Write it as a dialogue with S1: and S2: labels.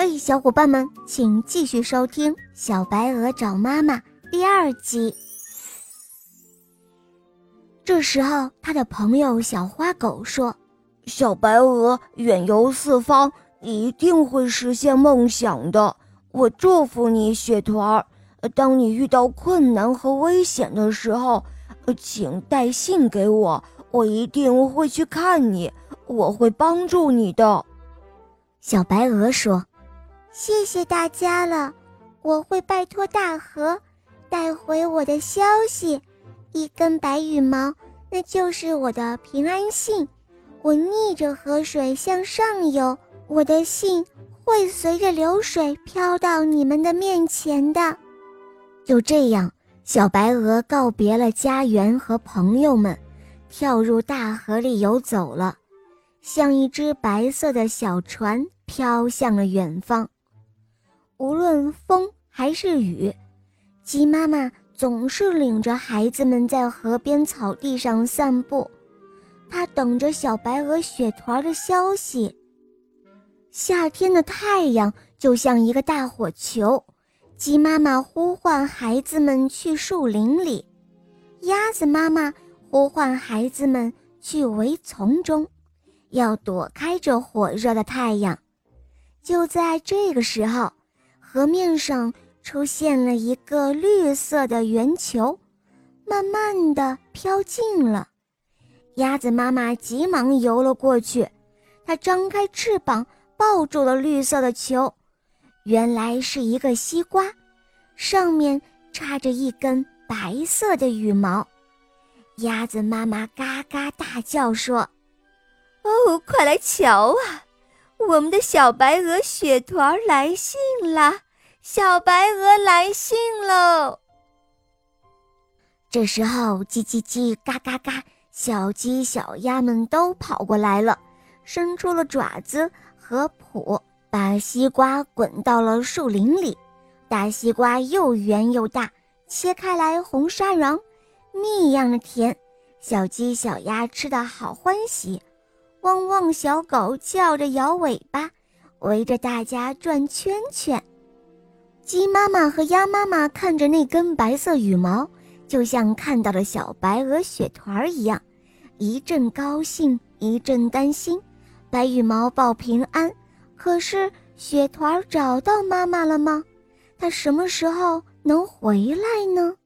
S1: 嘿，小伙伴们，请继续收听《小白鹅找妈妈》第2集。这时候，他的朋友小花狗说：“
S2: 小白鹅远游四方，一定会实现梦想的。我祝福你，雪团儿。当你遇到困难和危险的时候，请带信给我，我一定会去看你，我会帮助你的。”
S1: 小白鹅说：“谢谢大家了，我会拜托大河带回我的消息，一根白羽毛，那就是我的平安信。我逆着河水向上游，我的信会随着流水飘到你们的面前的。”就这样，小白鹅告别了家园和朋友们，跳入大河里游走了，像一只白色的小船飘向了远方。无论风还是雨，鸡妈妈总是领着孩子们在河边草地上散步，她等着小白鹅雪团的消息。夏天的太阳就像一个大火球，鸡妈妈呼唤孩子们去树林里，鸭子妈妈呼唤孩子们去围丛中，要躲开这火热的太阳。就在这个时候，河面上出现了一个绿色的圆球，慢慢地飘近了。鸭子妈妈急忙游了过去，它张开翅膀抱住了绿色的球，原来是一个西瓜，上面插着一根白色的羽毛。鸭子妈妈嘎嘎大叫说：“
S3: 哦，快来瞧啊！我们的小白鹅雪团来信了，小白鹅来信喽！”
S1: 这时候，叽叽叽，嘎嘎嘎，小鸡小鸭们都跑过来了，伸出了爪子和蹼，把西瓜滚到了树林里。大西瓜又圆又大，切开来红沙瓤，蜜一样的甜，小鸡小鸭吃得好欢喜。汪汪小狗叫着摇尾巴，围着大家转圈圈。鸡妈妈和鸭妈妈看着那根白色羽毛，就像看到了小白鹅雪团一样，一阵高兴，一阵担心。白羽毛报平安，可是雪团找到妈妈了吗？它什么时候能回来呢？